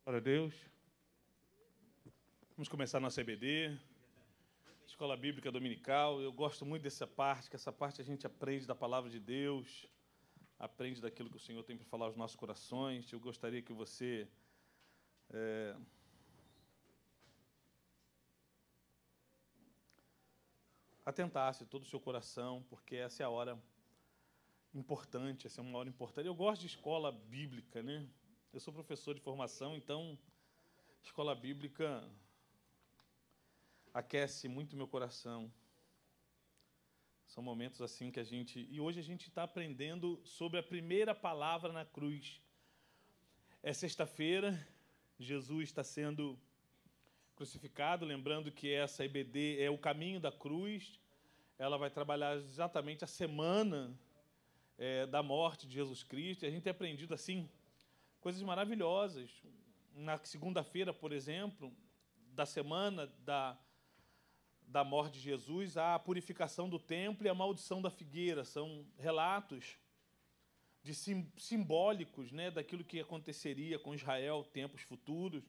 Glória a Deus. Vamos começar nossa EBD, Escola Bíblica Dominical. Eu gosto muito dessa parte, que essa parte a gente aprende da palavra de Deus, aprende daquilo que o Senhor tem para falar aos nossos corações. Eu gostaria que você atentasse todo o seu coração, porque essa é a hora importante, essa é uma hora importante. Eu gosto de escola bíblica, né? Eu sou professor de formação, então escola bíblica aquece muito meu coração. São momentos assim que a gente... E hoje a gente está aprendendo sobre a primeira palavra na cruz. É sexta-feira, Jesus está sendo crucificado, lembrando que essa EBD é o caminho da cruz. Ela vai trabalhar exatamente a semana da morte de Jesus Cristo. E a gente tem aprendido assim coisas maravilhosas. Na segunda-feira, por exemplo, da semana da morte de Jesus, a purificação do templo e a maldição da figueira. São relatos simbólicos, né, daquilo que aconteceria com Israel, tempos futuros.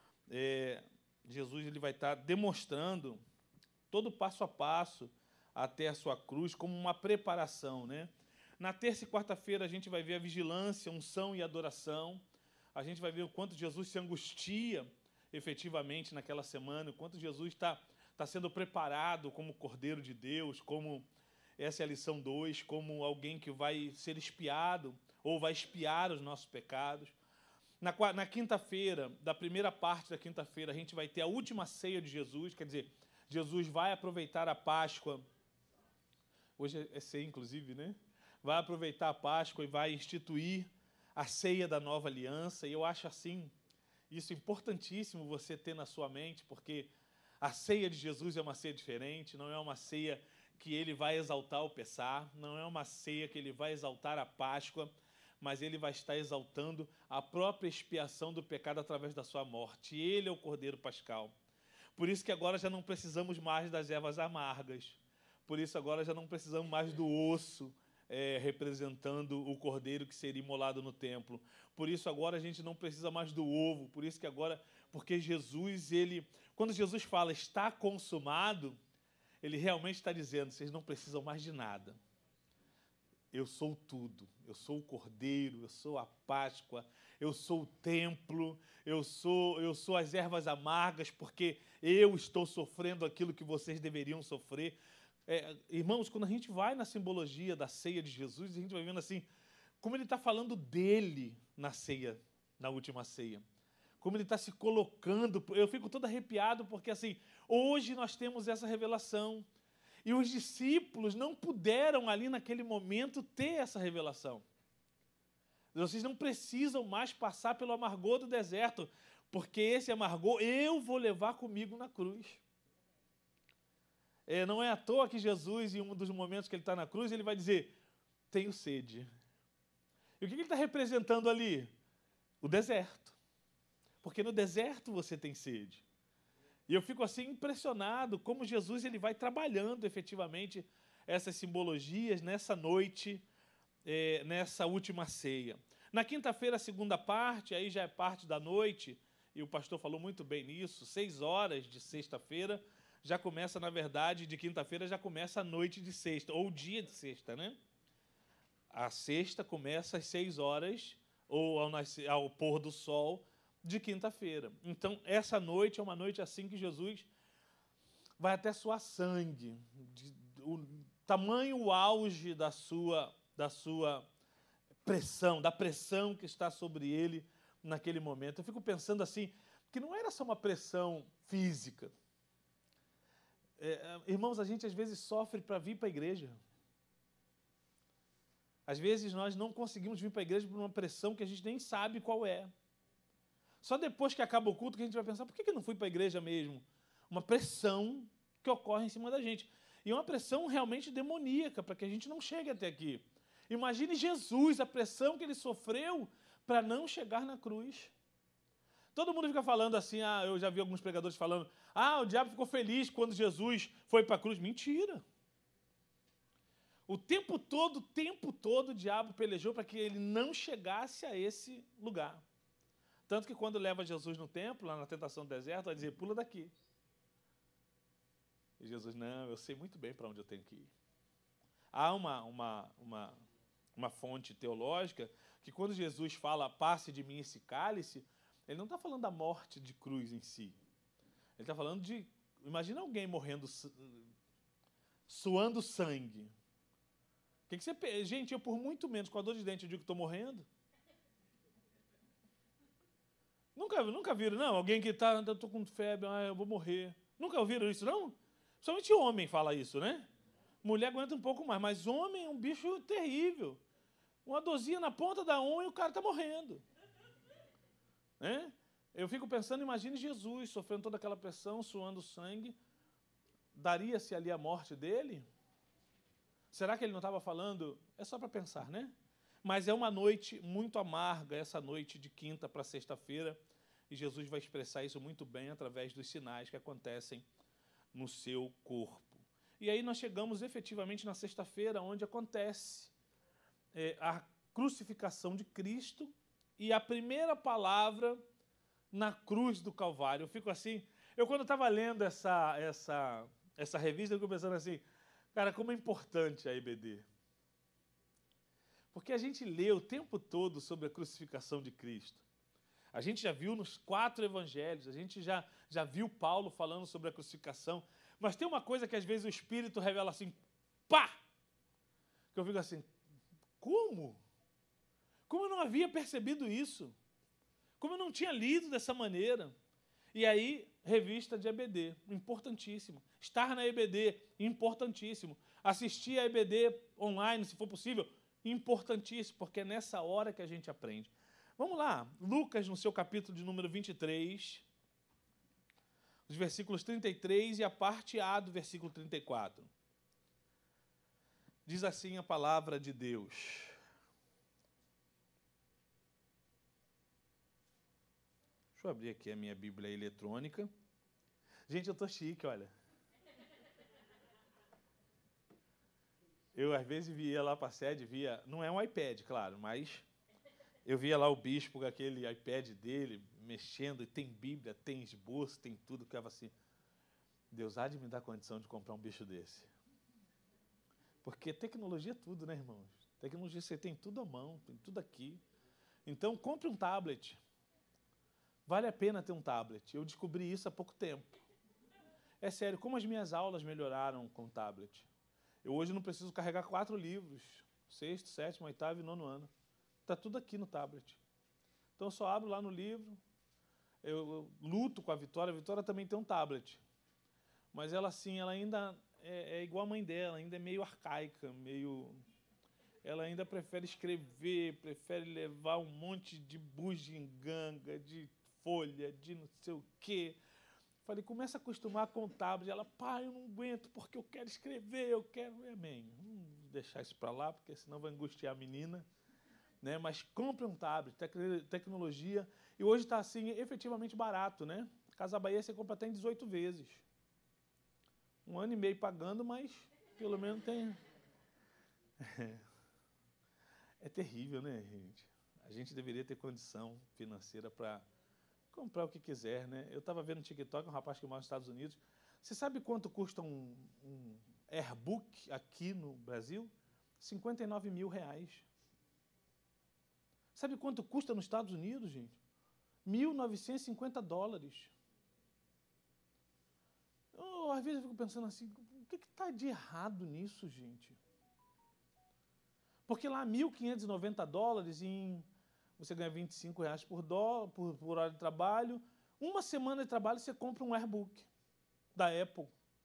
Jesus ele vai estar demonstrando todo o passo a passo até a sua cruz como uma preparação, né? Na terça e quarta-feira a gente vai ver a vigilância, unção e adoração. A gente vai ver o quanto Jesus se angustia efetivamente naquela semana, o quanto Jesus está sendo preparado como Cordeiro de Deus, como essa é a lição 2, como alguém que vai ser espiado ou vai espiar os nossos pecados. Na quinta-feira, da primeira parte da quinta-feira, a gente vai ter a última ceia de Jesus, quer dizer, Jesus vai aproveitar a Páscoa, hoje é ceia inclusive, né? Vai aproveitar a Páscoa e vai instituir a ceia da nova aliança, e eu acho assim, isso importantíssimo você ter na sua mente, porque a ceia de Jesus é uma ceia diferente, não é uma ceia que ele vai exaltar o Pessah, não é uma ceia que ele vai exaltar a Páscoa, mas ele vai estar exaltando a própria expiação do pecado através da sua morte. Ele é o Cordeiro Pascal. Por isso que agora já não precisamos mais das ervas amargas. Por isso agora já não precisamos mais do osso representando o cordeiro que seria imolado no templo. Por isso agora a gente não precisa mais do ovo. Por isso que agora, porque Jesus, quando Jesus fala está consumado, ele realmente está dizendo, vocês não precisam mais de nada. Eu sou tudo, eu sou o Cordeiro, eu sou a Páscoa, eu sou o templo, eu sou as ervas amargas, porque eu estou sofrendo aquilo que vocês deveriam sofrer. Irmãos, quando a gente vai na simbologia da ceia de Jesus, a gente vai vendo assim, como ele está falando dele na ceia, na última ceia. Como ele está se colocando, eu fico todo arrepiado, porque assim, hoje nós temos essa revelação. E os discípulos não puderam ali naquele momento ter essa revelação. Vocês não precisam mais passar pelo amargor do deserto, porque esse amargor eu vou levar comigo na cruz. Não é à toa que Jesus, em um dos momentos que ele está na cruz, ele vai dizer, tenho sede. E o que ele está representando ali? O deserto. Porque no deserto você tem sede. E eu fico assim impressionado como Jesus ele vai trabalhando efetivamente essas simbologias nessa noite, nessa última ceia. Na quinta-feira, a segunda parte, aí já é parte da noite, e o pastor falou muito bem nisso, 6 horas de sexta-feira, já começa, na verdade, de quinta-feira já começa a noite de sexta, ou o dia de sexta, né? A sexta começa às 6 horas, ou ao pôr do sol, de quinta-feira. Então, essa noite é uma noite assim que Jesus vai até suar sangue. O tamanho, o auge da sua pressão, da pressão que está sobre ele naquele momento. Eu fico pensando assim, que não era só uma pressão física. Irmãos, a gente às vezes sofre para vir para a igreja. Às vezes nós não conseguimos vir para a igreja por uma pressão que a gente nem sabe qual é. Só depois que acaba o culto que a gente vai pensar, por que eu não fui para a igreja mesmo? Uma pressão que ocorre em cima da gente. E uma pressão realmente demoníaca, para que a gente não chegue até aqui. Imagine Jesus, a pressão que ele sofreu para não chegar na cruz. Todo mundo fica falando assim, eu já vi alguns pregadores falando, o diabo ficou feliz quando Jesus foi para a cruz. Mentira! O tempo todo o diabo pelejou para que ele não chegasse a esse lugar. Tanto que quando leva Jesus no templo, lá na tentação do deserto, vai dizer, pula daqui. E Jesus, não, eu sei muito bem para onde eu tenho que ir. Há uma fonte teológica que quando Jesus fala, passe de mim esse cálice, ele não está falando da morte de cruz em si. Ele está falando de, imagina alguém morrendo, suando sangue. Que você, gente, eu por muito menos, com a dor de dente, eu digo que estou morrendo. Nunca viram, não? Alguém que está, eu estou com febre, eu vou morrer. Nunca ouviram isso, não? Somente homem fala isso, né? Mulher aguenta um pouco mais, mas homem é um bicho terrível. Uma dorzinha na ponta da unha e o cara está morrendo. Né? Eu fico pensando, imagine Jesus sofrendo toda aquela pressão, suando sangue. Daria-se ali a morte dele? Será que ele não estava falando? É só para pensar, né? Mas é uma noite muito amarga, essa noite de quinta para sexta-feira, e Jesus vai expressar isso muito bem através dos sinais que acontecem no seu corpo. E aí nós chegamos efetivamente na sexta-feira, onde acontece a crucificação de Cristo e a primeira palavra na cruz do Calvário. Eu fico assim, quando estava lendo essa revista, eu fico pensando assim, cara, como é importante a EBD. Porque a gente lê o tempo todo sobre a crucificação de Cristo. A gente já viu nos 4 evangelhos, a gente já viu Paulo falando sobre a crucificação, mas tem uma coisa que às vezes o Espírito revela assim, pá! Que eu fico assim, como? Como eu não havia percebido isso? Como eu não tinha lido dessa maneira? E aí, revista de EBD, importantíssimo. Estar na EBD, importantíssimo. Assistir a EBD online, se for possível, importantíssimo, porque é nessa hora que a gente aprende. Vamos lá, Lucas, no seu capítulo de número 23, os versículos 33 e a parte A do versículo 34. Diz assim a palavra de Deus. Deixa eu abrir aqui a minha Bíblia eletrônica. Gente, eu tô chique, olha. Eu, às vezes, via lá para a sede, não é um iPad, claro, mas eu via lá o bispo com aquele iPad dele, mexendo, e tem Bíblia, tem esboço, tem tudo, que eu ficava assim, Deus há de me dar condição de comprar um bicho desse. Porque tecnologia é tudo, né, irmãos? Tecnologia, você tem tudo à mão, tem tudo aqui. Então, compre um tablet. Vale a pena ter um tablet. Eu descobri isso há pouco tempo. É sério, como as minhas aulas melhoraram com o tablet. Eu hoje não preciso carregar 4 livros, 6º, 7º, 8º e 9º ano. Está tudo aqui no tablet. Então eu só abro lá no livro, eu luto com a Vitória também tem um tablet. Mas ela assim, ela ainda é igual a mãe dela, ainda é meio arcaica, ela ainda prefere escrever, prefere levar um monte de bugiganga, de folha, de não sei o quê. Falei, começa a acostumar com o tablet. Ela, pai, eu não aguento porque eu quero escrever, eu quero... Amém. Vamos deixar isso para lá, porque senão vai angustiar a menina. Né? Mas compre um tablet, tecnologia. E hoje está assim, efetivamente barato, né? Casa Bahia você compra até em 18 vezes. 1 ano e meio pagando, mas pelo menos tem... É terrível, né, gente? A gente deveria ter condição financeira para comprar o que quiser, né? Eu estava vendo no TikTok um rapaz que mora nos Estados Unidos. Você sabe quanto custa um Airbook aqui no Brasil? 59 mil reais. Sabe quanto custa nos Estados Unidos, gente? 1.950 dólares. Às vezes eu fico pensando assim, o que está de errado nisso, gente? Porque lá 1.590 dólares, você ganha 25 reais por hora de trabalho. Uma semana de trabalho você compra um Airbook da Apple.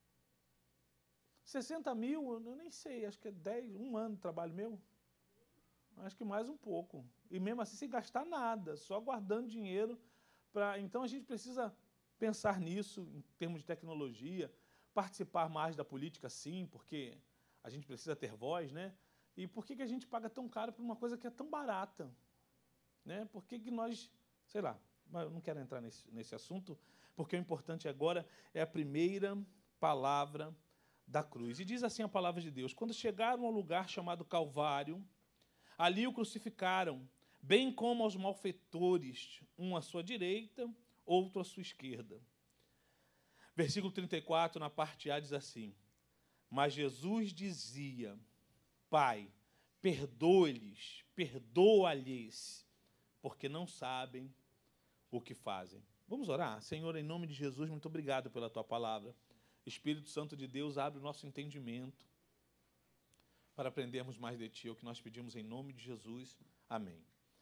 60 mil, eu nem sei, acho que é 1 ano de trabalho meu. Acho que mais um pouco. E mesmo assim sem gastar nada, só guardando dinheiro. Então a gente precisa pensar nisso em termos de tecnologia, participar mais da política, sim, porque a gente precisa ter voz, né? E por que a gente paga tão caro por uma coisa que é tão barata? Né? Por que nós, sei lá, mas eu não quero entrar nesse assunto, porque o importante agora é a primeira palavra da cruz. E diz assim a palavra de Deus, quando chegaram ao lugar chamado Calvário, ali o crucificaram, bem como aos malfeitores, um à sua direita, outro à sua esquerda. Versículo 34, na parte A, diz assim: mas Jesus dizia: Pai, perdoa-lhes, perdoa-lhes, porque não sabem o que fazem. Vamos orar? Senhor, em nome de Jesus, muito obrigado pela tua palavra. Espírito Santo de Deus, abre o nosso entendimento para aprendermos mais de ti, é o que nós pedimos em nome de Jesus. Amém.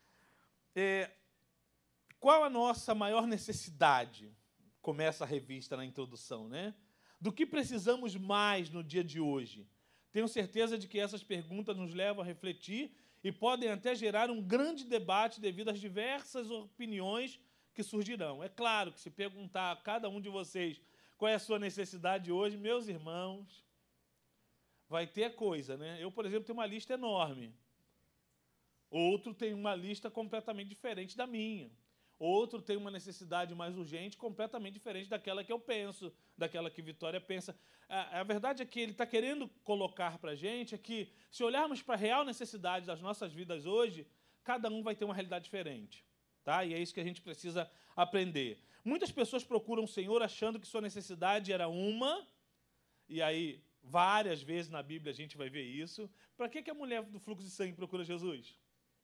Qual a nossa maior necessidade? Começa a revista na introdução, né? Do que precisamos mais no dia de hoje? Tenho certeza de que essas perguntas nos levam a refletir e podem até gerar um grande debate devido às diversas opiniões que surgirão. É claro que se perguntar a cada um de vocês qual é a sua necessidade hoje, meus irmãos, vai ter coisa, né? Eu, por exemplo, tenho uma lista enorme. Outro tem uma lista completamente diferente da minha. Outro tem uma necessidade mais urgente, completamente diferente daquela que eu penso, daquela que Vitória pensa. A verdade é que ele está querendo colocar para a gente é que, se olharmos para a real necessidade das nossas vidas hoje, cada um vai ter uma realidade diferente. Tá? E é isso que a gente precisa aprender. Muitas pessoas procuram o Senhor achando que sua necessidade era uma, e aí várias vezes na Bíblia a gente vai ver isso. Para que a mulher do fluxo de sangue procura Jesus?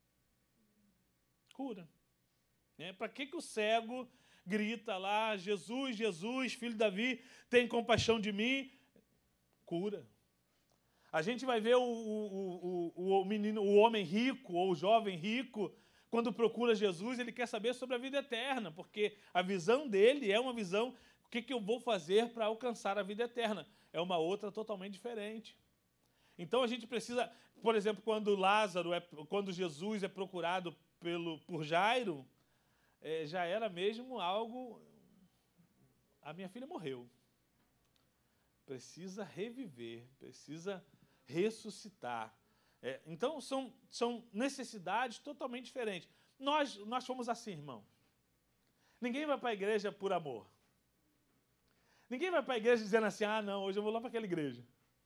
Cura. Para que o cego grita lá, Jesus, Jesus, filho de Davi, tem compaixão de mim? Cura. A gente vai ver o menino, o homem rico ou o jovem rico, quando procura Jesus, ele quer saber sobre a vida eterna, porque a visão dele é uma visão, o que eu vou fazer para alcançar a vida eterna? É uma outra totalmente diferente. Então a gente precisa, por exemplo, quando Jesus é procurado por Jairo, já era mesmo algo... A minha filha morreu. Precisa reviver, precisa ressuscitar. Então, são necessidades totalmente diferentes. Nós fomos assim, irmão. Ninguém vai para a igreja por amor. Ninguém vai para a igreja dizendo assim, não, hoje eu vou lá para aquela igreja.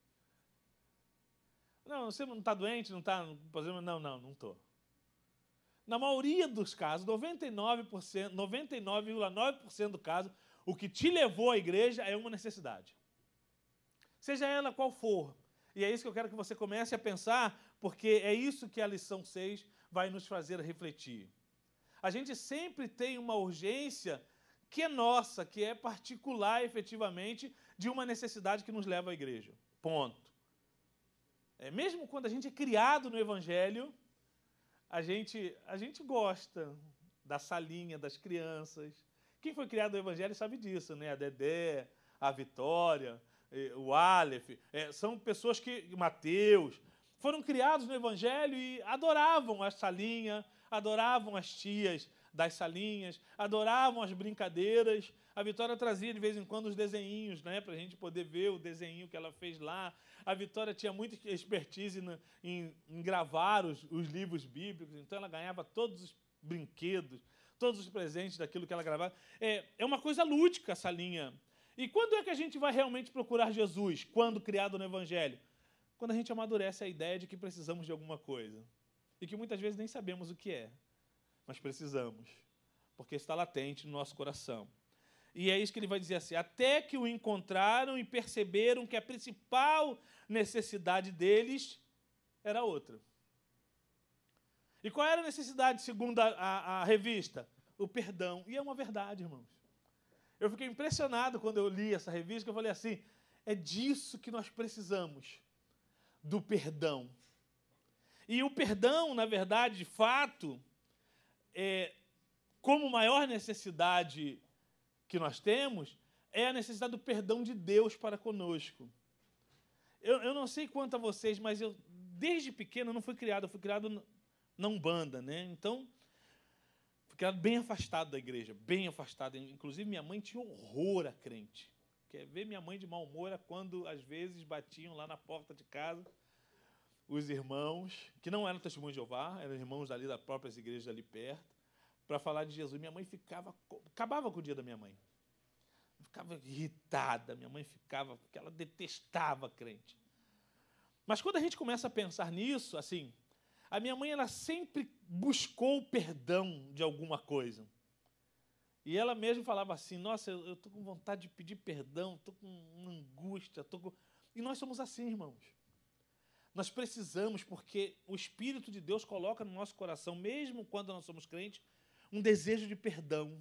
Não, você não está doente, não está... Não estou. Na maioria dos casos, 99,9% do caso, o que te levou à igreja é uma necessidade. Seja ela qual for. E é isso que eu quero que você comece a pensar, porque é isso que a lição 6 vai nos fazer refletir. A gente sempre tem uma urgência que é nossa, que é particular, efetivamente, de uma necessidade que nos leva à igreja. Ponto. Mesmo quando a gente é criado no Evangelho, a gente gosta da salinha, das crianças. Quem foi criado no Evangelho sabe disso, né? A Dedé, a Vitória, o Aleph, são pessoas Mateus, foram criados no Evangelho e adoravam a salinha, adoravam as tias das salinhas, adoravam as brincadeiras. A Vitória trazia de vez em quando os desenhinhos, né, para a gente poder ver o desenho que ela fez lá. A Vitória tinha muita expertise em gravar os livros bíblicos, então ela ganhava todos os brinquedos, todos os presentes daquilo que ela gravava. É uma coisa lúdica essa linha. E quando é que a gente vai realmente procurar Jesus? Quando criado no Evangelho? Quando a gente amadurece a ideia de que precisamos de alguma coisa. E que muitas vezes nem sabemos o que é. Mas precisamos. Porque está latente no nosso coração. E é isso que ele vai dizer assim: até que o encontraram e perceberam que a principal necessidade deles era outra. E qual era a necessidade, segundo a revista? O perdão. E é uma verdade, irmãos. Eu fiquei impressionado quando eu li essa revista, que eu falei assim, é disso que nós precisamos, do perdão. E o perdão, na verdade, de fato, como maior necessidade que nós temos, é a necessidade do perdão de Deus para conosco. Eu não sei quanto a vocês, mas eu, desde pequeno, eu fui criado na Umbanda, né? Então, fui criado bem afastado da igreja, bem afastado. Inclusive, minha mãe tinha horror a crente. Quer ver minha mãe de mau humor é quando, às vezes, batiam lá na porta de casa os irmãos, que não eram testemunhos de Jeová, eram irmãos dali das próprias igrejas ali perto, para falar de Jesus. Minha mãe acabava com o dia da minha mãe. Ficava irritada, minha mãe ficava, porque ela detestava crente. Mas quando a gente começa a pensar nisso, assim, A minha mãe, ela sempre buscou o perdão de alguma coisa. E ela mesma falava assim, nossa, eu estou com vontade de pedir perdão, estou com uma angústia, E nós somos assim, irmãos. Nós precisamos, porque o Espírito de Deus coloca no nosso coração, mesmo quando nós somos crentes, um desejo de perdão.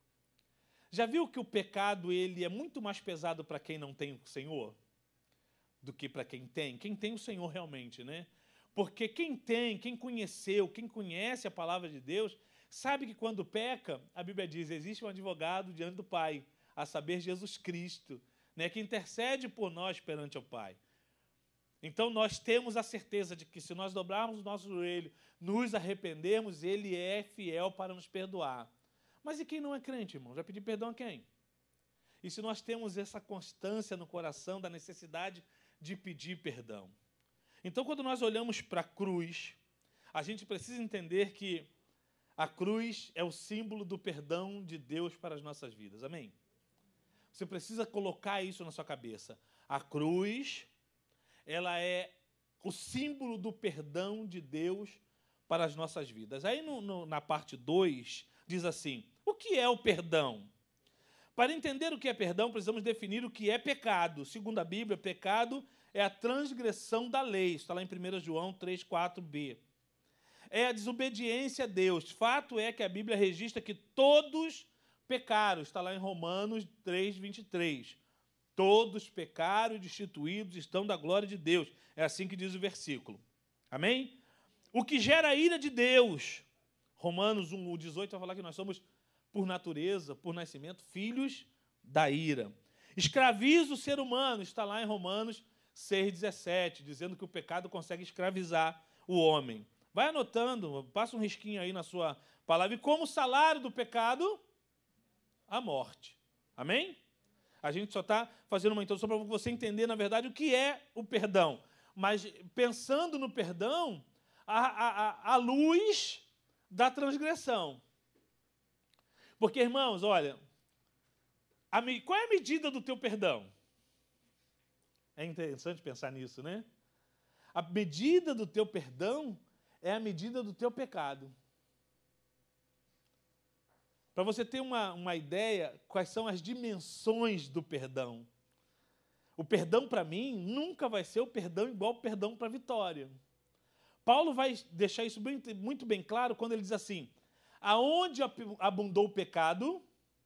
Já viu que o pecado ele é muito mais pesado para quem não tem o Senhor do que para quem tem? Quem tem o Senhor realmente, né? Porque quem tem, quem conheceu, quem conhece a palavra de Deus, sabe que quando peca, a Bíblia diz, existe um advogado diante do Pai, a saber, Jesus Cristo, né, que intercede por nós perante o Pai. Então nós temos a certeza de que se nós dobrarmos o nosso joelho, nos arrependermos, Ele é fiel para nos perdoar. Mas e quem não é crente, irmão? Vai pedir perdão a quem? E se nós temos essa constância no coração da necessidade de pedir perdão? Então, quando nós olhamos para a cruz, a gente precisa entender que a cruz é o símbolo do perdão de Deus para as nossas vidas. Amém? Você precisa colocar isso na sua cabeça. A cruz, ela é o símbolo do perdão de Deus para as nossas vidas. Aí, na parte 2, diz assim, o que é o perdão? Para entender o que é perdão, precisamos definir o que é pecado. Segundo a Bíblia, pecado é a transgressão da lei. Está lá em 1 João 3,4b. É a desobediência a Deus. Fato é que a Bíblia registra que todos pecaram. Está lá em Romanos 3,23. Todos pecaram e destituídos estão da glória de Deus. É assim que diz o versículo. Amém? O que gera a ira de Deus. Romanos 1,18 vai falar que nós somos, por natureza, por nascimento, filhos da ira. Escraviza o ser humano. Está lá em Romanos 6,17, dizendo que o pecado consegue escravizar o homem. Vai anotando, passa um risquinho aí na sua palavra. E como salário do pecado? A morte. Amém? A gente só está fazendo uma introdução para você entender, na verdade, o que é o perdão. Mas pensando no perdão, à luz da transgressão. Porque, irmãos, olha, qual é a medida do teu perdão? É interessante pensar nisso, né? A medida do teu perdão é a medida do teu pecado. Para você ter uma ideia, quais são as dimensões do perdão. O perdão, para mim, nunca vai ser o perdão igual o perdão para a Vitória. Paulo vai deixar isso muito bem claro quando ele diz assim, aonde abundou o pecado,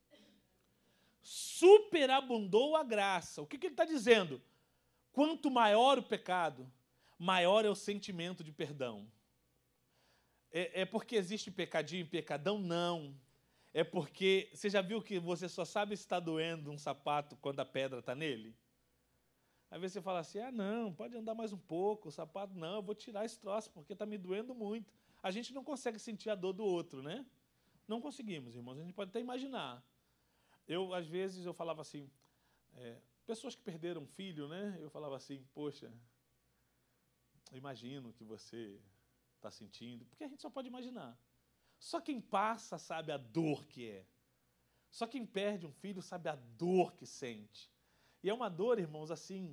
superabundou a graça. O que ele está dizendo? Quanto maior o pecado, maior é o sentimento de perdão. É porque existe pecadinho e pecadão? Não. É porque você já viu que você só sabe se está doendo um sapato quando a pedra está nele? Às vezes você fala assim, não, pode andar mais um pouco, o sapato, não, eu vou tirar esse troço porque está me doendo muito. A gente não consegue sentir a dor do outro, né? Não conseguimos, irmãos, a gente pode até imaginar. Às vezes, eu falava assim, pessoas que perderam um filho, né? Eu falava assim, poxa, eu imagino que você está sentindo, porque a gente só pode imaginar. Só quem passa sabe a dor que é. Só quem perde um filho sabe a dor que sente. E é uma dor, irmãos, assim,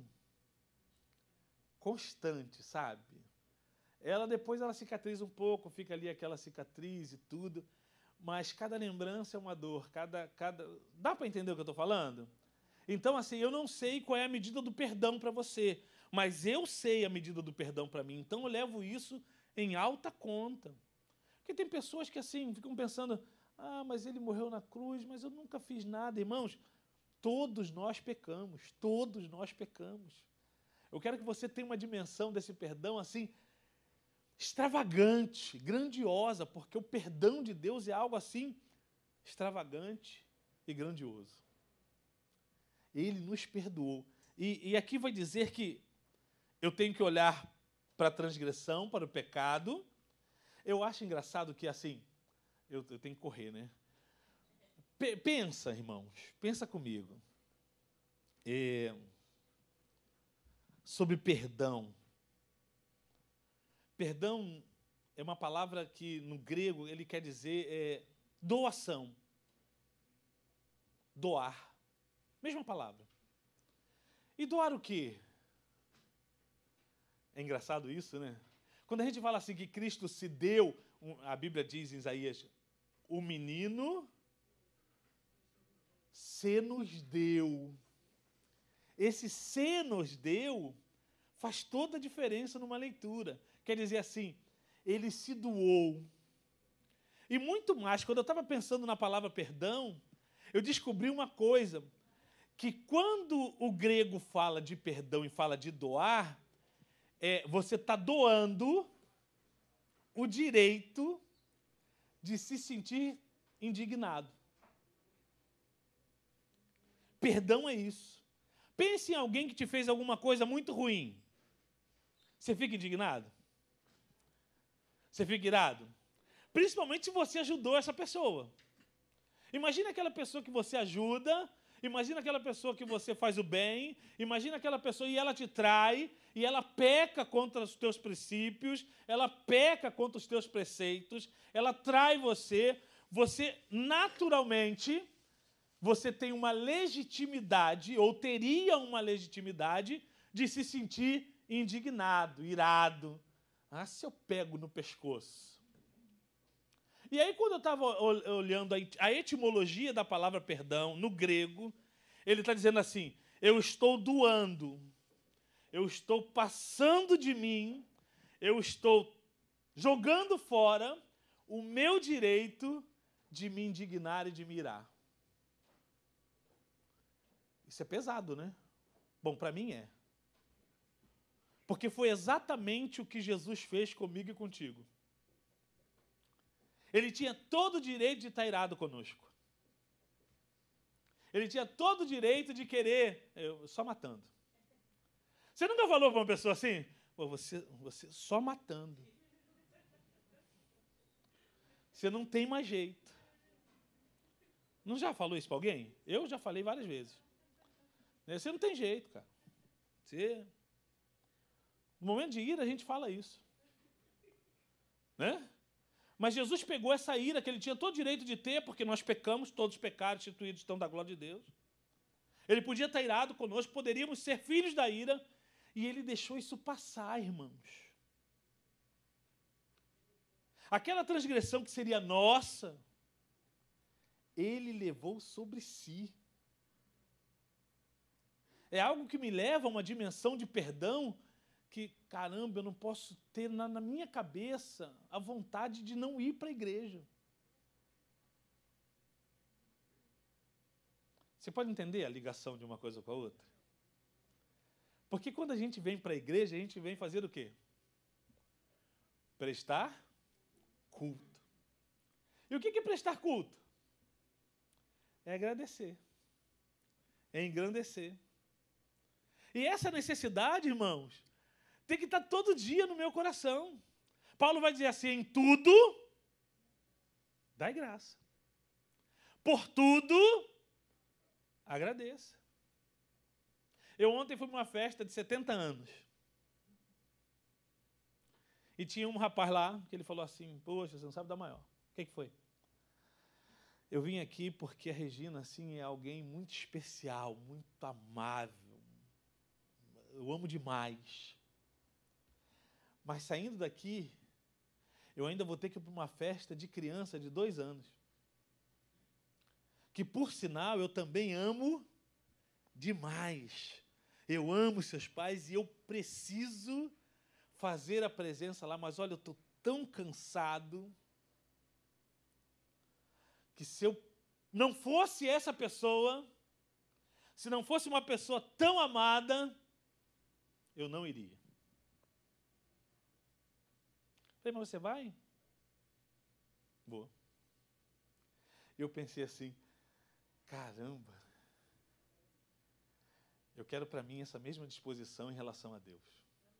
constante, sabe? Depois ela cicatriza um pouco, fica ali aquela cicatriz e tudo, mas cada lembrança é uma dor, Dá para entender o que eu estou falando? Então, assim, eu não sei qual é a medida do perdão para você, mas eu sei a medida do perdão para mim, então eu levo isso em alta conta. Porque tem pessoas que, assim, ficam pensando, mas ele morreu na cruz, mas eu nunca fiz nada. Irmãos, todos nós pecamos, todos nós pecamos. Eu quero que você tenha uma dimensão desse perdão, assim, extravagante, grandiosa, porque o perdão de Deus é algo, assim, extravagante e grandioso. Ele nos perdoou. E aqui vai dizer que eu tenho que olhar para a transgressão, para o pecado. Eu acho engraçado que, assim, eu tenho que correr, né? Pensa, irmãos, pensa comigo. Sobre perdão. Perdão é uma palavra que, no grego, ele quer dizer doação. Doar. Mesma palavra. E doar o quê? É engraçado isso, né? Quando a gente fala assim que Cristo se deu, a Bíblia diz em Isaías, o menino se nos deu. Esse se nos deu faz toda a diferença numa leitura. Quer dizer assim, ele se doou. E muito mais, quando eu estava pensando na palavra perdão, eu descobri uma coisa, que quando o grego fala de perdão e fala de doar, você está doando o direito de se sentir indignado. Perdão é isso. Pense em alguém que te fez alguma coisa muito ruim. Você fica indignado? Você fica irado? Principalmente se você ajudou essa pessoa. Imagina aquela pessoa que você ajuda, imagina aquela pessoa que você faz o bem, imagina aquela pessoa e ela te trai, e ela peca contra os teus princípios, ela peca contra os teus preceitos, ela trai você, você naturalmente, você tem uma legitimidade, ou teria uma legitimidade, de se sentir indignado, irado. Ah, se eu pego no pescoço. E aí, quando eu estava olhando a etimologia da palavra perdão, no grego, ele está dizendo assim, eu estou doando, eu estou passando de mim, eu estou jogando fora o meu direito de me indignar e de me irar. Isso é pesado, né? Bom, para mim é. Porque foi exatamente o que Jesus fez comigo e contigo. Ele tinha todo o direito de estar irado conosco. Ele tinha todo o direito de querer, só matando. Você nunca falou para uma pessoa assim? Pô, você só matando. Você não tem mais jeito. Não já falou isso para alguém? Eu já falei várias vezes. Você não tem jeito, cara. No momento de ira, a gente fala isso. Né? Mas Jesus pegou essa ira que ele tinha todo o direito de ter, porque nós pecamos, todos pecaram, instituídos estão da glória de Deus. Ele podia estar irado conosco, poderíamos ser filhos da ira, e ele deixou isso passar, irmãos. Aquela transgressão que seria nossa, ele levou sobre si. É algo que me leva a uma dimensão de perdão que, caramba, eu não posso ter na minha cabeça a vontade de não ir para a igreja. Você pode entender a ligação de uma coisa com a outra? Porque quando a gente vem para a igreja, a gente vem fazer o quê? Prestar culto. E o que é prestar culto? É agradecer. É engrandecer. E essa necessidade, irmãos, tem que estar todo dia no meu coração. Paulo vai dizer assim, em tudo, dai graça. Por tudo, agradeça. Eu ontem fui para uma festa de 70 anos. E tinha um rapaz lá, que ele falou assim, poxa, você não sabe da maior. O que foi? Eu vim aqui porque a Regina, assim, é alguém muito especial, muito amável. Eu amo demais. Mas saindo daqui, eu ainda vou ter que ir para uma festa de criança de 2 anos. Que, por sinal, eu também amo demais. Eu amo seus pais e eu preciso fazer a presença lá. Mas, olha, eu estou tão cansado que se eu não fosse essa pessoa, se não fosse uma pessoa tão amada, eu não iria. Falei, mas você vai? Vou. Eu pensei assim, caramba, eu quero para mim essa mesma disposição em relação a Deus.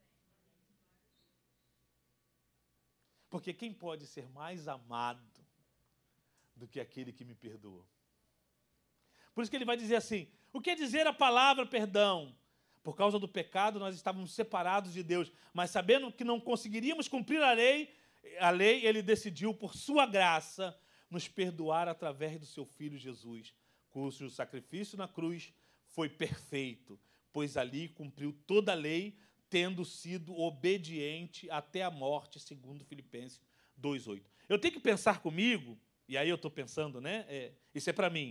Porque quem pode ser mais amado do que aquele que me perdoou? Por isso que ele vai dizer assim, o que é dizer a palavra perdão? Por causa do pecado, nós estávamos separados de Deus, mas sabendo que não conseguiríamos cumprir a lei, ele decidiu, por sua graça, nos perdoar através do seu Filho Jesus, cujo sacrifício na cruz foi perfeito, pois ali cumpriu toda a lei, tendo sido obediente até a morte, segundo Filipenses 2:8. Eu tenho que pensar comigo, e aí eu estou pensando, né? Isso é para mim.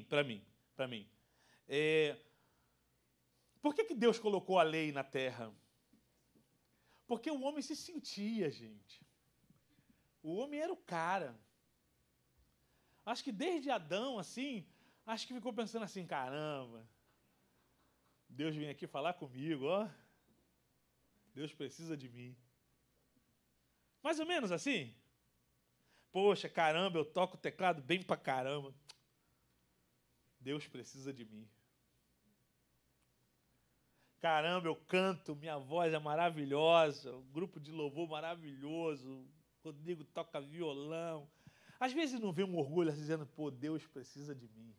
Por que Deus colocou a lei na terra? Porque o homem se sentia, gente. O homem era o cara. Acho que desde Adão, assim, acho que ficou pensando assim, caramba, Deus vem aqui falar comigo, ó. Deus precisa de mim. Mais ou menos assim. Poxa, caramba, eu toco o teclado bem pra caramba. Deus precisa de mim. Caramba, eu canto, minha voz é maravilhosa, o grupo de louvor maravilhoso, o Rodrigo toca violão. Às vezes não vem um orgulho assim, dizendo, pô, Deus precisa de mim.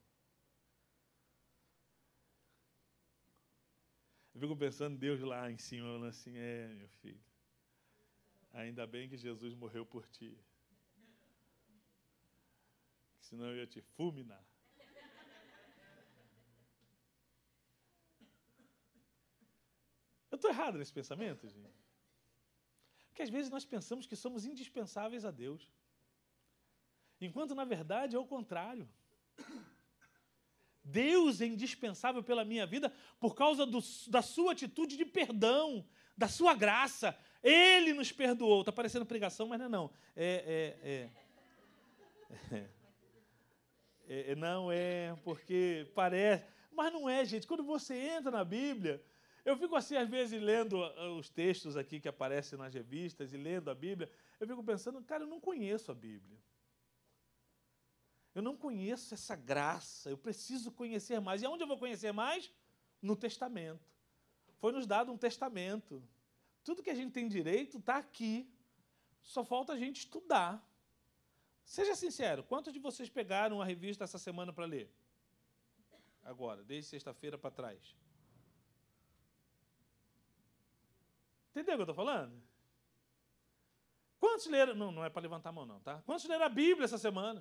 Eu fico pensando em Deus lá em cima, falando assim, meu filho, ainda bem que Jesus morreu por ti. Senão eu ia te fulminar. Eu estou errado nesse pensamento, gente? Porque às vezes nós pensamos que somos indispensáveis a Deus. Enquanto, na verdade, é o contrário. Deus é indispensável pela minha vida por causa da sua atitude de perdão, da sua graça. Ele nos perdoou. Está parecendo pregação, mas não é não. Não é, porque parece... Mas não é, gente. Quando você entra na Bíblia... Eu fico assim, às vezes, lendo os textos aqui que aparecem nas revistas e lendo a Bíblia, eu fico pensando, cara, eu não conheço a Bíblia. Eu não conheço essa graça, eu preciso conhecer mais. E aonde eu vou conhecer mais? No Testamento. Foi nos dado um testamento. Tudo que a gente tem direito está aqui. Só falta a gente estudar. Seja sincero, quantos de vocês pegaram a revista essa semana para ler? Agora, desde sexta-feira para trás. Entendeu o que eu estou falando? Quantos leram... Não é para levantar a mão, não, tá? Quantos leram a Bíblia essa semana?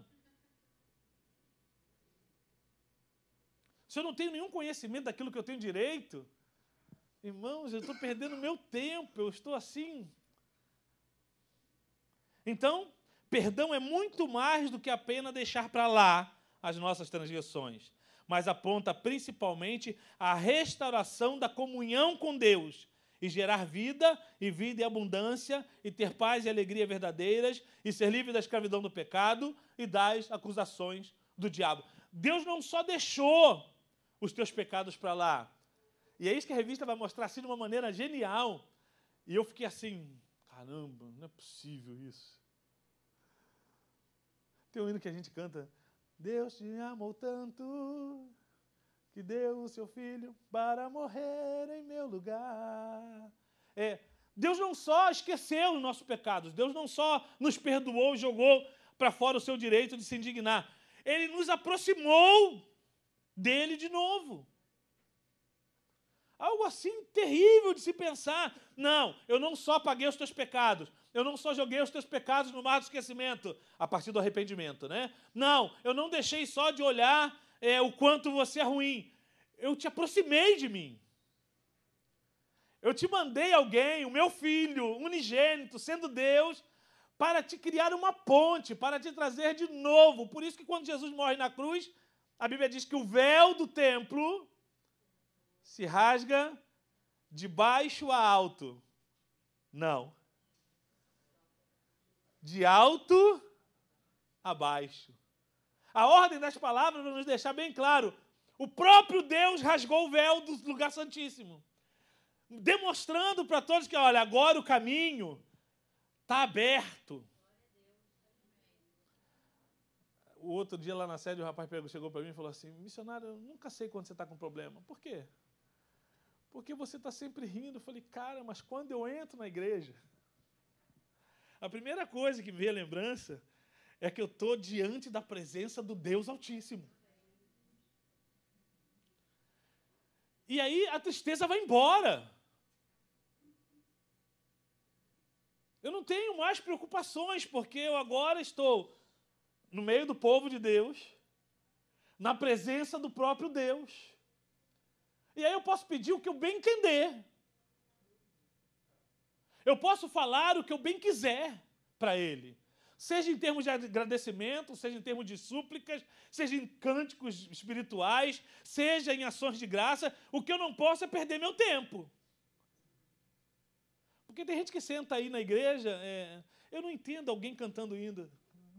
Se eu não tenho nenhum conhecimento daquilo que eu tenho direito, irmãos, eu estou perdendo meu tempo, eu estou assim. Então, perdão é muito mais do que apenas deixar para lá as nossas transgressões, mas aponta principalmente à restauração da comunhão com Deus, e gerar vida em abundância, e ter paz e alegria verdadeiras, e ser livre da escravidão do pecado e das acusações do diabo. Deus não só deixou os teus pecados para lá, e é isso que a revista vai mostrar assim de uma maneira genial, e eu fiquei assim, caramba, não é possível isso. Tem um hino que a gente canta, Deus te amou tanto... que deu o seu filho para morrer em meu lugar. Deus não só esqueceu os nossos pecados, Deus não só nos perdoou e jogou para fora o seu direito de se indignar. Ele nos aproximou dele de novo. Algo assim terrível de se pensar. Não, eu não só paguei os teus pecados, eu não só joguei os teus pecados no mar do esquecimento, a partir do arrependimento, né? Não, eu não deixei só de olhar o quanto você é ruim. Eu te aproximei de mim. Eu te mandei alguém, o meu filho, unigênito, sendo Deus, para te criar uma ponte, para te trazer de novo. Por isso que quando Jesus morre na cruz, a Bíblia diz que o véu do templo se rasga de baixo a alto. Não. De alto a baixo. A ordem das palavras vai nos deixar bem claro. O próprio Deus rasgou o véu do lugar santíssimo, demonstrando para todos que, olha, agora o caminho está aberto. O outro dia lá na sede, o rapaz chegou para mim e falou assim, missionário, eu nunca sei quando você está com problema. Por quê? Porque você está sempre rindo. Eu falei, cara, mas quando eu entro na igreja, a primeira coisa que me veio a lembrança é que eu estou diante da presença do Deus Altíssimo. E aí a tristeza vai embora. Eu não tenho mais preocupações, porque eu agora estou no meio do povo de Deus, na presença do próprio Deus. E aí eu posso pedir o que eu bem entender. Eu posso falar o que eu bem quiser para Ele. Seja em termos de agradecimento, seja em termos de súplicas, seja em cânticos espirituais, seja em ações de graça. O que eu não posso é perder meu tempo. Porque tem gente que senta aí na igreja, eu não entendo alguém cantando ainda.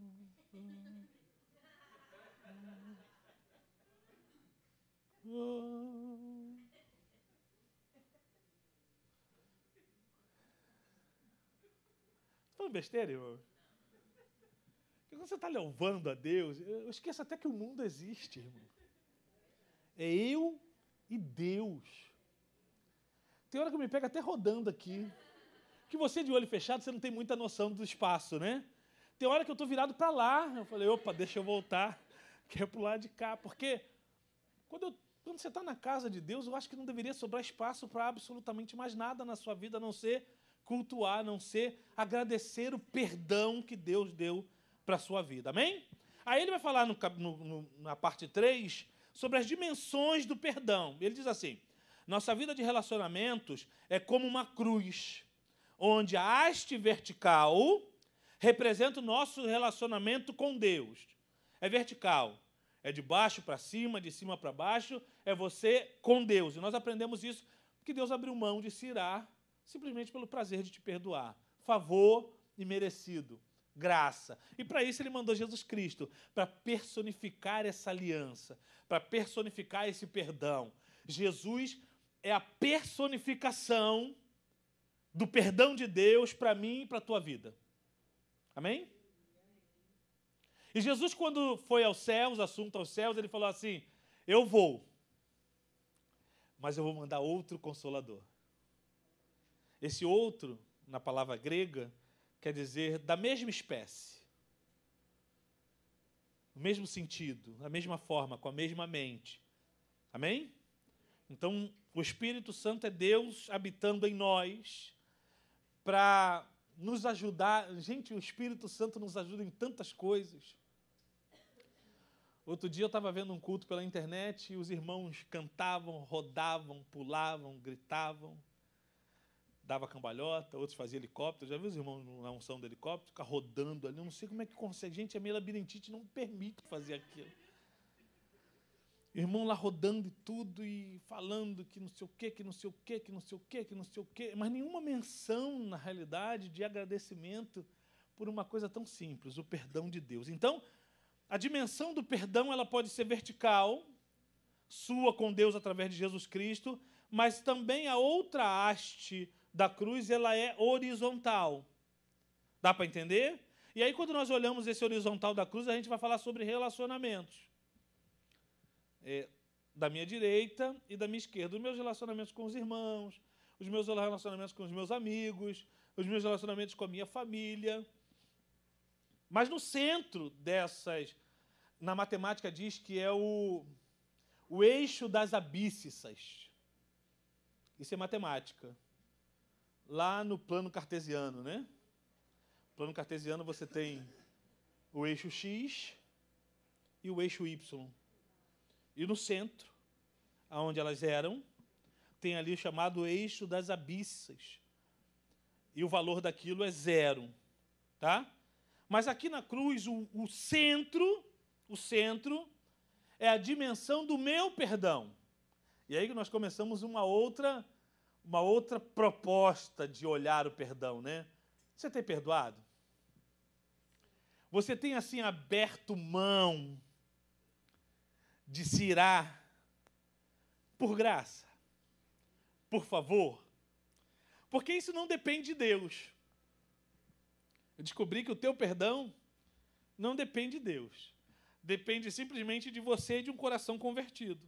Falando besteira, irmão? Porque quando você está louvando a Deus, eu esqueço até que o mundo existe, irmão. É eu e Deus. Tem hora que eu me pego até rodando aqui. Que você de olho fechado, você não tem muita noção do espaço, né? Tem hora que eu estou virado para lá. Eu falei, opa, deixa eu voltar. Quero para o lado de cá. Porque quando você está na casa de Deus, eu acho que não deveria sobrar espaço para absolutamente mais nada na sua vida, a não ser cultuar, a não ser agradecer o perdão que Deus deu para a sua vida. Amém? Aí ele vai falar na parte 3 sobre as dimensões do perdão. Ele diz assim, nossa vida de relacionamentos é como uma cruz, onde a haste vertical representa o nosso relacionamento com Deus. É vertical. É de baixo para cima, de cima para baixo, é você com Deus. E nós aprendemos isso porque Deus abriu mão de se irar simplesmente pelo prazer de te perdoar. Favor imerecido, graça. E para isso ele mandou Jesus Cristo, para personificar essa aliança, para personificar esse perdão. Jesus é a personificação do perdão de Deus para mim e para a tua vida. Amém? E Jesus, quando foi aos céus, assunto aos céus, ele falou assim, eu vou, mas eu vou mandar outro Consolador. Esse outro, na palavra grega, quer dizer da mesma espécie, o mesmo sentido, a mesma forma, com a mesma mente. Amém? Então, o Espírito Santo é Deus habitando em nós para nos ajudar. Gente, o Espírito Santo nos ajuda em tantas coisas. Outro dia eu estava vendo um culto pela internet e os irmãos cantavam, rodavam, pulavam, gritavam, dava cambalhota, outros faziam helicóptero. Já viu os irmãos na unção do helicóptero, ficar rodando ali? Eu não sei como é que consegue. Gente, a minha labirintite não me permite fazer aquilo. Irmão lá rodando e tudo, e falando que não sei o quê, que não sei o quê, que não sei o quê, que não sei o quê. Mas nenhuma menção, na realidade, de agradecimento por uma coisa tão simples, o perdão de Deus. Então, a dimensão do perdão ela pode ser vertical, sua com Deus através de Jesus Cristo, mas também a outra haste da cruz ela é horizontal. Dá para entender? E aí, quando nós olhamos esse horizontal da cruz, a gente vai falar sobre relacionamentos. Da minha direita e da minha esquerda. Os meus relacionamentos com os irmãos, os meus relacionamentos com os meus amigos, os meus relacionamentos com a minha família. Mas no centro dessas, na matemática diz que é o eixo das abíssas. Isso é matemática. Lá no plano cartesiano, né? No plano cartesiano você tem o eixo X e o eixo Y. E no centro, onde elas eram, tem ali o chamado eixo das abissas. E o valor daquilo é 0. Tá? Mas aqui na cruz, o centro é a dimensão do meu perdão. E aí que nós começamos uma outra proposta de olhar o perdão, né? Você tem perdoado? Você tem, assim, aberto mão de se irar por graça, por favor? Porque isso não depende de Deus. Eu descobri que o teu perdão não depende de Deus. Depende simplesmente de você e de um coração convertido.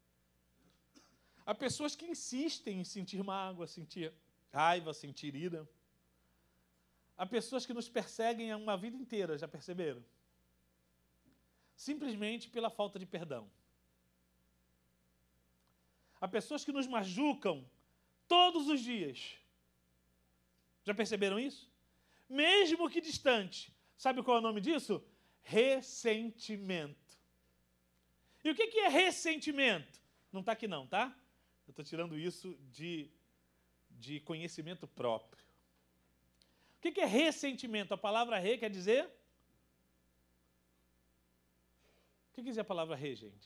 Há pessoas que insistem em sentir mágoa, sentir raiva, sentir ira. Há pessoas que nos perseguem uma vida inteira, já perceberam? Simplesmente pela falta de perdão. Há pessoas que nos machucam todos os dias. Já perceberam isso? Mesmo que distante. Sabe qual é o nome disso? Ressentimento. E o que é ressentimento? Não está aqui não, tá? Eu estou tirando isso de conhecimento próprio. que é ressentimento? A palavra re quer dizer... O que quer dizer a palavra re, gente?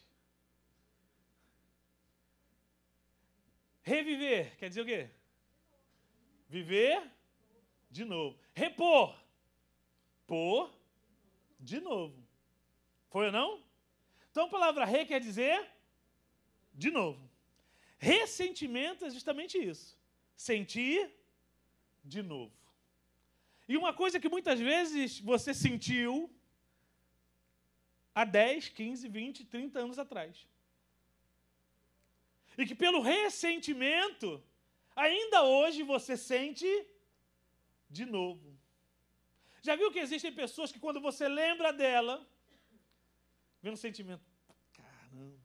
Reviver quer dizer o quê? Viver de novo. Repor. Pôr de novo. Foi ou não? Então a palavra re quer dizer de novo. Ressentimento é justamente isso. Sentir de novo. E uma coisa que muitas vezes você sentiu há 10, 15, 20, 30 anos atrás. E que pelo ressentimento, ainda hoje você sente de novo. Já viu que existem pessoas que quando você lembra dela, vem um sentimento, caramba.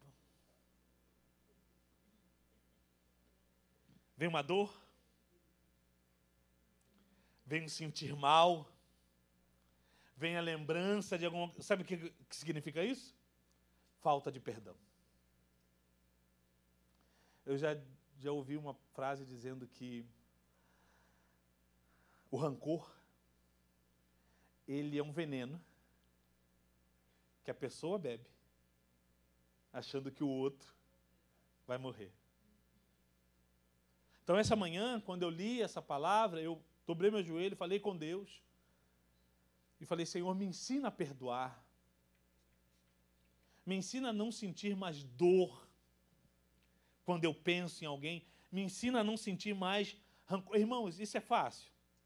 Vem uma dor. Vem um sentir mal. Vem a lembrança de alguma... Sabe o que significa isso? Falta de perdão. Eu já ouvi uma frase dizendo que o rancor, ele é um veneno que a pessoa bebe, achando que o outro vai morrer. Então, essa manhã, quando eu li essa palavra, eu dobrei meu joelho, falei com Deus e falei, Senhor, me ensina a perdoar. Me ensina a não sentir mais dor quando eu penso em alguém. Me ensina a não sentir mais rancor. Irmãos, isso é fácil?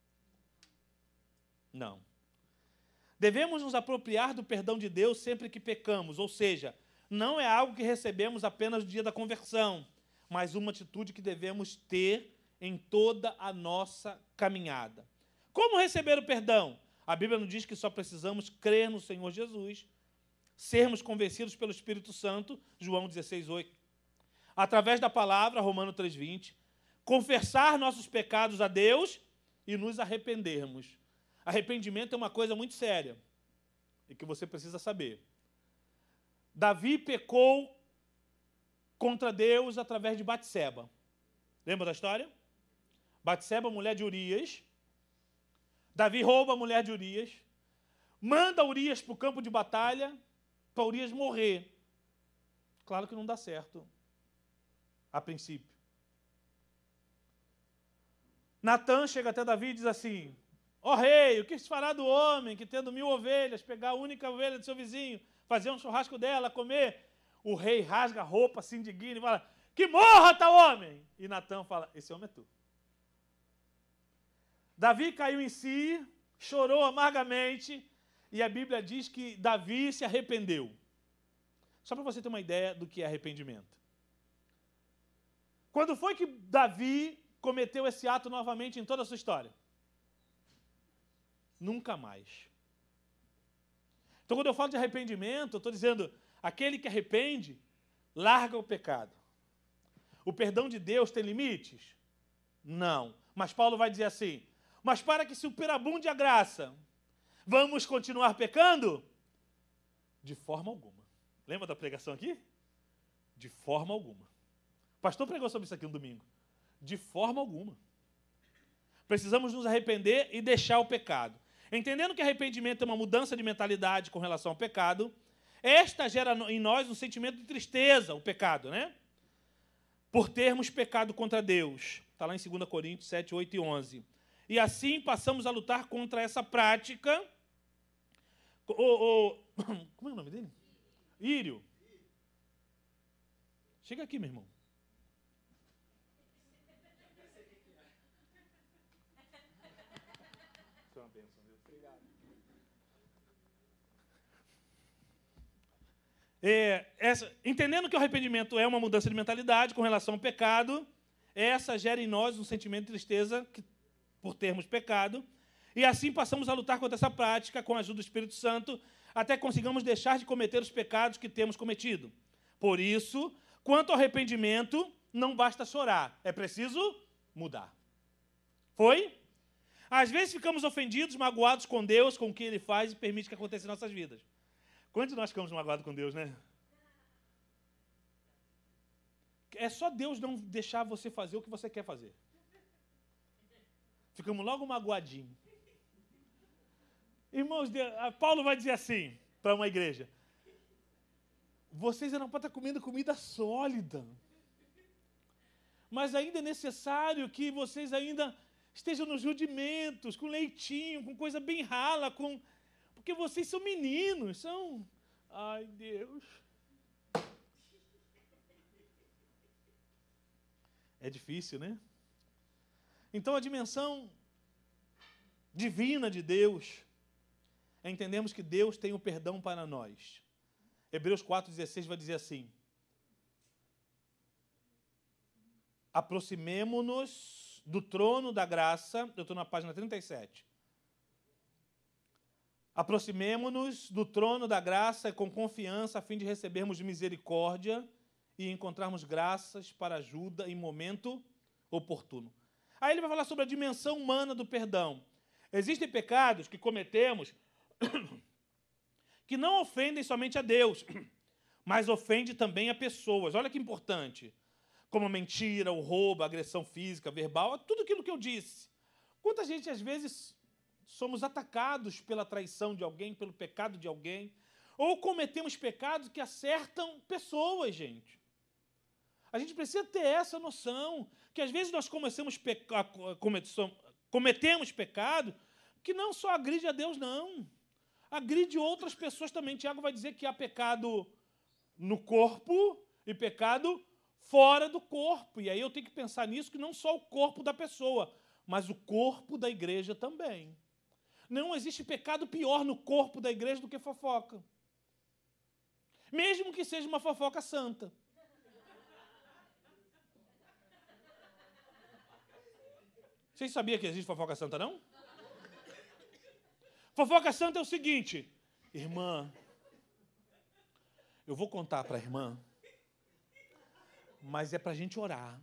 Não. Devemos nos apropriar do perdão de Deus sempre que pecamos, ou seja, não é algo que recebemos apenas no dia da conversão, mas uma atitude que devemos ter em toda a nossa caminhada. Como receber o perdão? A Bíblia nos diz que só precisamos crer no Senhor Jesus, sermos convencidos pelo Espírito Santo, João 16:8. Através da palavra, Romanos 3:20, confessar nossos pecados a Deus e nos arrependermos. Arrependimento é uma coisa muito séria e que você precisa saber. Davi pecou contra Deus através de Batseba. Lembra da história? Batseba, mulher de Urias. Davi rouba a mulher de Urias, manda Urias para o campo de batalha para Urias morrer. Claro que não dá certo, a princípio. Natã chega até Davi e diz assim, ó rei, o que se fará do homem que tendo 1000 ovelhas, pegar a única ovelha do seu vizinho, fazer um churrasco dela, comer? O rei rasga a roupa, se indigna e fala, que morra tal homem! E Natã fala, esse homem é tu. Davi caiu em si, chorou amargamente, e a Bíblia diz que Davi se arrependeu. Só para você ter uma ideia do que é arrependimento. Quando foi que Davi cometeu esse ato novamente em toda a sua história? Nunca mais. Então, quando eu falo de arrependimento, eu estou dizendo, aquele que arrepende, larga o pecado. O perdão de Deus tem limites? Não. Mas Paulo vai dizer assim, mas para que superabunde a graça, vamos continuar pecando? De forma alguma. Lembra da pregação aqui? De forma alguma. O pastor pregou sobre isso aqui no domingo. De forma alguma. Precisamos nos arrepender e deixar o pecado. Entendendo que arrependimento é uma mudança de mentalidade com relação ao pecado, esta gera em nós um sentimento de tristeza, o pecado, né? Por termos pecado contra Deus. Está lá em 2 Coríntios 7, 8 e 11. E assim passamos a lutar contra essa prática. Como é o nome dele? Írio. Chega aqui, meu irmão. Isso é uma bênção, Deus. Obrigado. Entendendo que o arrependimento é uma mudança de mentalidade com relação ao pecado, essa gera em nós um sentimento de tristeza por termos pecado, e assim passamos a lutar contra essa prática com a ajuda do Espírito Santo, até que consigamos deixar de cometer os pecados que temos cometido. Por isso, quanto ao arrependimento, não basta chorar, é preciso mudar. Foi? Às vezes ficamos ofendidos, magoados com Deus, com o que Ele faz e permite que aconteça em nossas vidas. Quantos de nós ficamos magoados com Deus, né? É só Deus não deixar você fazer o que você quer fazer. Ficamos logo magoadinhos. Irmãos, Paulo vai dizer assim para uma igreja: vocês eram para estar comendo comida sólida, mas ainda é necessário que vocês ainda estejam nos rudimentos, com leitinho, com coisa bem rala, porque vocês são meninos, são... Ai, Deus. É difícil, né? Então, a dimensão divina de Deus é entendermos que Deus tem o perdão para nós. Hebreus 4,16 vai dizer assim: aproximemo-nos do trono da graça. Eu estou na página 37. Aproximemo-nos do trono da graça com confiança, a fim de recebermos misericórdia e encontrarmos graças para ajuda em momento oportuno. Aí ele vai falar sobre a dimensão humana do perdão. Existem pecados que cometemos que não ofendem somente a Deus, mas ofendem também a pessoas. Olha que importante. Como a mentira, o roubo, a agressão física, verbal, tudo aquilo que eu disse. Quanta gente, às vezes, somos atacados pela traição de alguém, pelo pecado de alguém, ou cometemos pecados que acertam pessoas, gente. A gente precisa ter essa noção, que às vezes nós cometemos pecado que não só agride a Deus, não. Agride outras pessoas também. Tiago vai dizer que há pecado no corpo e pecado fora do corpo. E aí eu tenho que pensar nisso, que não só o corpo da pessoa, mas o corpo da igreja também. Não existe pecado pior no corpo da igreja do que fofoca. Mesmo que seja uma fofoca santa. Vocês sabiam que existe fofoca santa, não? Fofoca santa é o seguinte: irmã, eu vou contar para a irmã, mas é para a gente orar.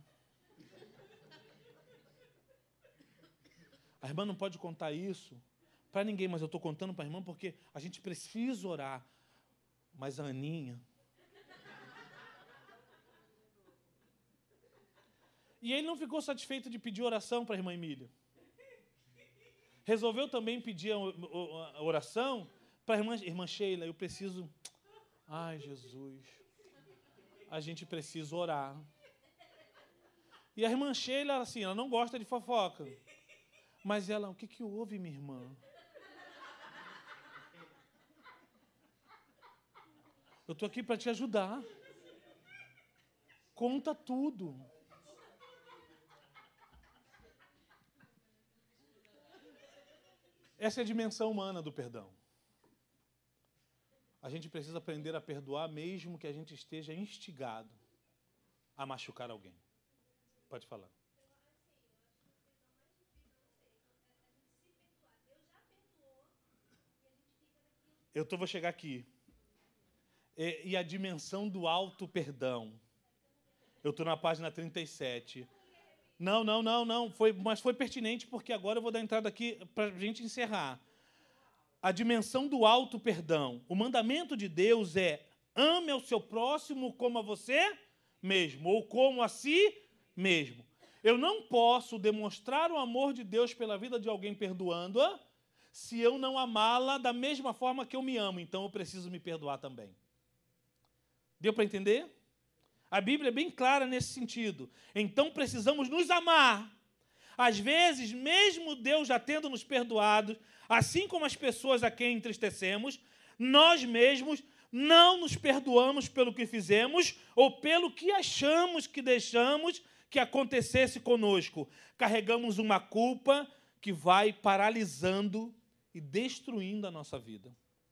A irmã não pode contar isso para ninguém, mas eu estou contando para a irmã porque a gente precisa orar. Mas a Aninha... E ele não ficou satisfeito de pedir oração para a irmã Emília. Resolveu também pedir a oração para a irmã Sheila. Eu preciso... Ai, Jesus. A gente precisa orar. E a irmã Sheila, assim, ela não gosta de fofoca. Mas ela, o que houve, minha irmã? Eu estou aqui para te ajudar. Conta tudo. Essa é a dimensão humana do perdão. A gente precisa aprender a perdoar mesmo que a gente esteja instigado a machucar alguém. Pode falar. Vou chegar aqui. E a dimensão do alto perdão. Eu estou na página 37. Não. Mas foi pertinente porque agora eu vou dar entrada aqui para a gente encerrar. A dimensão do alto perdão. O mandamento de Deus é: ame ao seu próximo como a você mesmo, ou como a si mesmo. Eu não posso demonstrar o amor de Deus pela vida de alguém perdoando-a se eu não amá-la da mesma forma que eu me amo. Então eu preciso me perdoar também. Deu para entender? A Bíblia é bem clara nesse sentido. Então precisamos nos amar. Às vezes, mesmo Deus já tendo nos perdoado, assim como as pessoas a quem entristecemos, nós mesmos não nos perdoamos pelo que fizemos ou pelo que achamos que deixamos que acontecesse conosco. Carregamos uma culpa que vai paralisando e destruindo a nossa vida.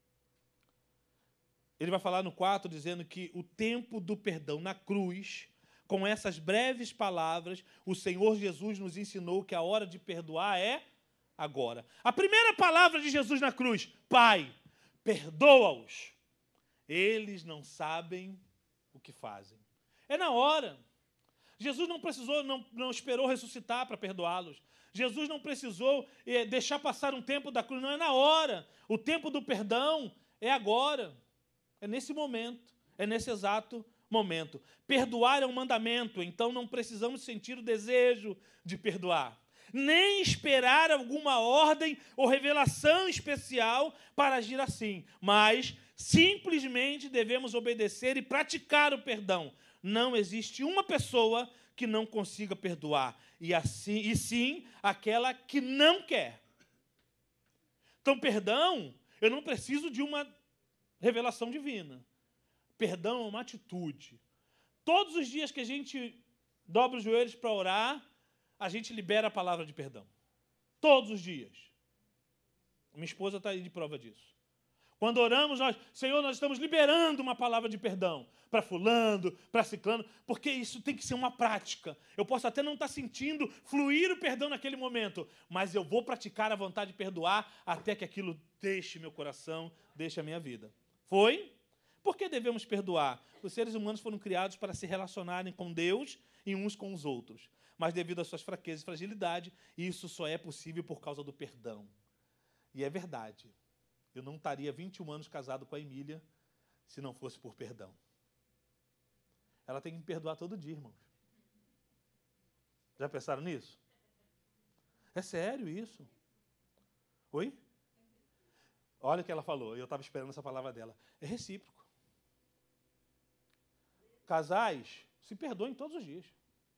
Ele vai falar no 4, dizendo que o tempo do perdão na cruz, com essas breves palavras, o Senhor Jesus nos ensinou que a hora de perdoar é agora. A primeira palavra de Jesus na cruz: Pai, perdoa-os. Eles não sabem o que fazem. É na hora. Jesus não precisou, não esperou ressuscitar para perdoá-los. Jesus não precisou deixar passar um tempo da cruz. Não, é na hora. O tempo do perdão é agora. É nesse momento. É nesse exato momento. Perdoar é um mandamento, então não precisamos sentir o desejo de perdoar. nem esperar alguma ordem ou revelação especial para agir assim, mas simplesmente devemos obedecer e praticar o perdão. Não existe uma pessoa que não consiga perdoar, e sim aquela que não quer. Então, perdão, eu não preciso de uma revelação divina. Perdão é uma atitude. Todos os dias que a gente dobra os joelhos para orar, a gente libera a palavra de perdão. Todos os dias. Minha esposa está aí de prova disso. Quando oramos, Senhor, nós estamos liberando uma palavra de perdão para fulano, para ciclano, porque isso tem que ser uma prática. Eu posso até não estar sentindo fluir o perdão naquele momento, mas eu vou praticar a vontade de perdoar até que aquilo deixe meu coração, deixe a minha vida. Foi? Por que devemos perdoar? Os seres humanos foram criados para se relacionarem com Deus e uns com os outros. Mas devido às suas fraquezas e fragilidade, isso só é possível por causa do perdão. E é verdade. Eu não estaria 21 anos casado com a Emília se não fosse por perdão. Ela tem que me perdoar todo dia, irmãos. Já pensaram nisso? É sério isso. Oi? Olha o que ela falou, eu estava esperando essa palavra dela. É recíproco. Casais se perdoem todos os dias.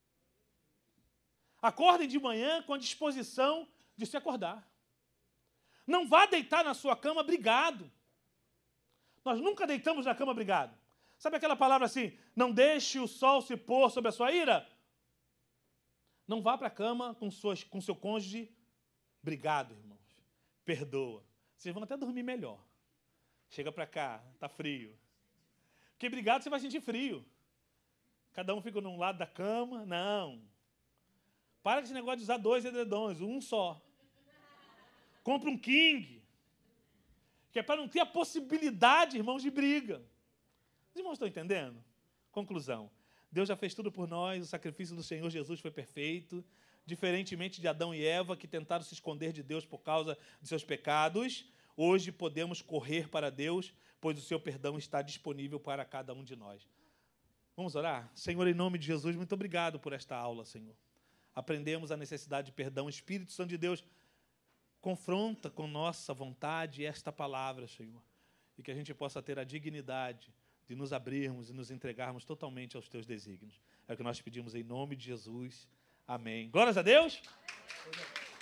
Acordem de manhã com a disposição de se acordar. Não vá deitar na sua cama brigado. Nós nunca deitamos na cama brigado. Sabe aquela palavra assim, não deixe o sol se pôr sobre a sua ira? Não vá para a cama com seu cônjuge brigado, irmãos. Perdoa. Vocês vão até dormir melhor. Chega para cá, está frio. Porque brigado você vai sentir frio. Cada um fica num lado da cama. Não. Para com esse negócio de usar 2 edredons, um só. Compra um king. Que é para não ter a possibilidade, irmãos, de briga. Os irmãos estão entendendo? Conclusão. Deus já fez tudo por nós, o sacrifício do Senhor Jesus foi perfeito. Diferentemente de Adão e Eva, que tentaram se esconder de Deus por causa de seus pecados, hoje podemos correr para Deus, pois o seu perdão está disponível para cada um de nós. Vamos orar? Senhor, em nome de Jesus, muito obrigado por esta aula, Senhor. Aprendemos a necessidade de perdão. O Espírito Santo de Deus confronta com nossa vontade esta palavra, Senhor, e que a gente possa ter a dignidade de nos abrirmos e nos entregarmos totalmente aos teus desígnios. É o que nós pedimos em nome de Jesus. Amém. Glórias a Deus.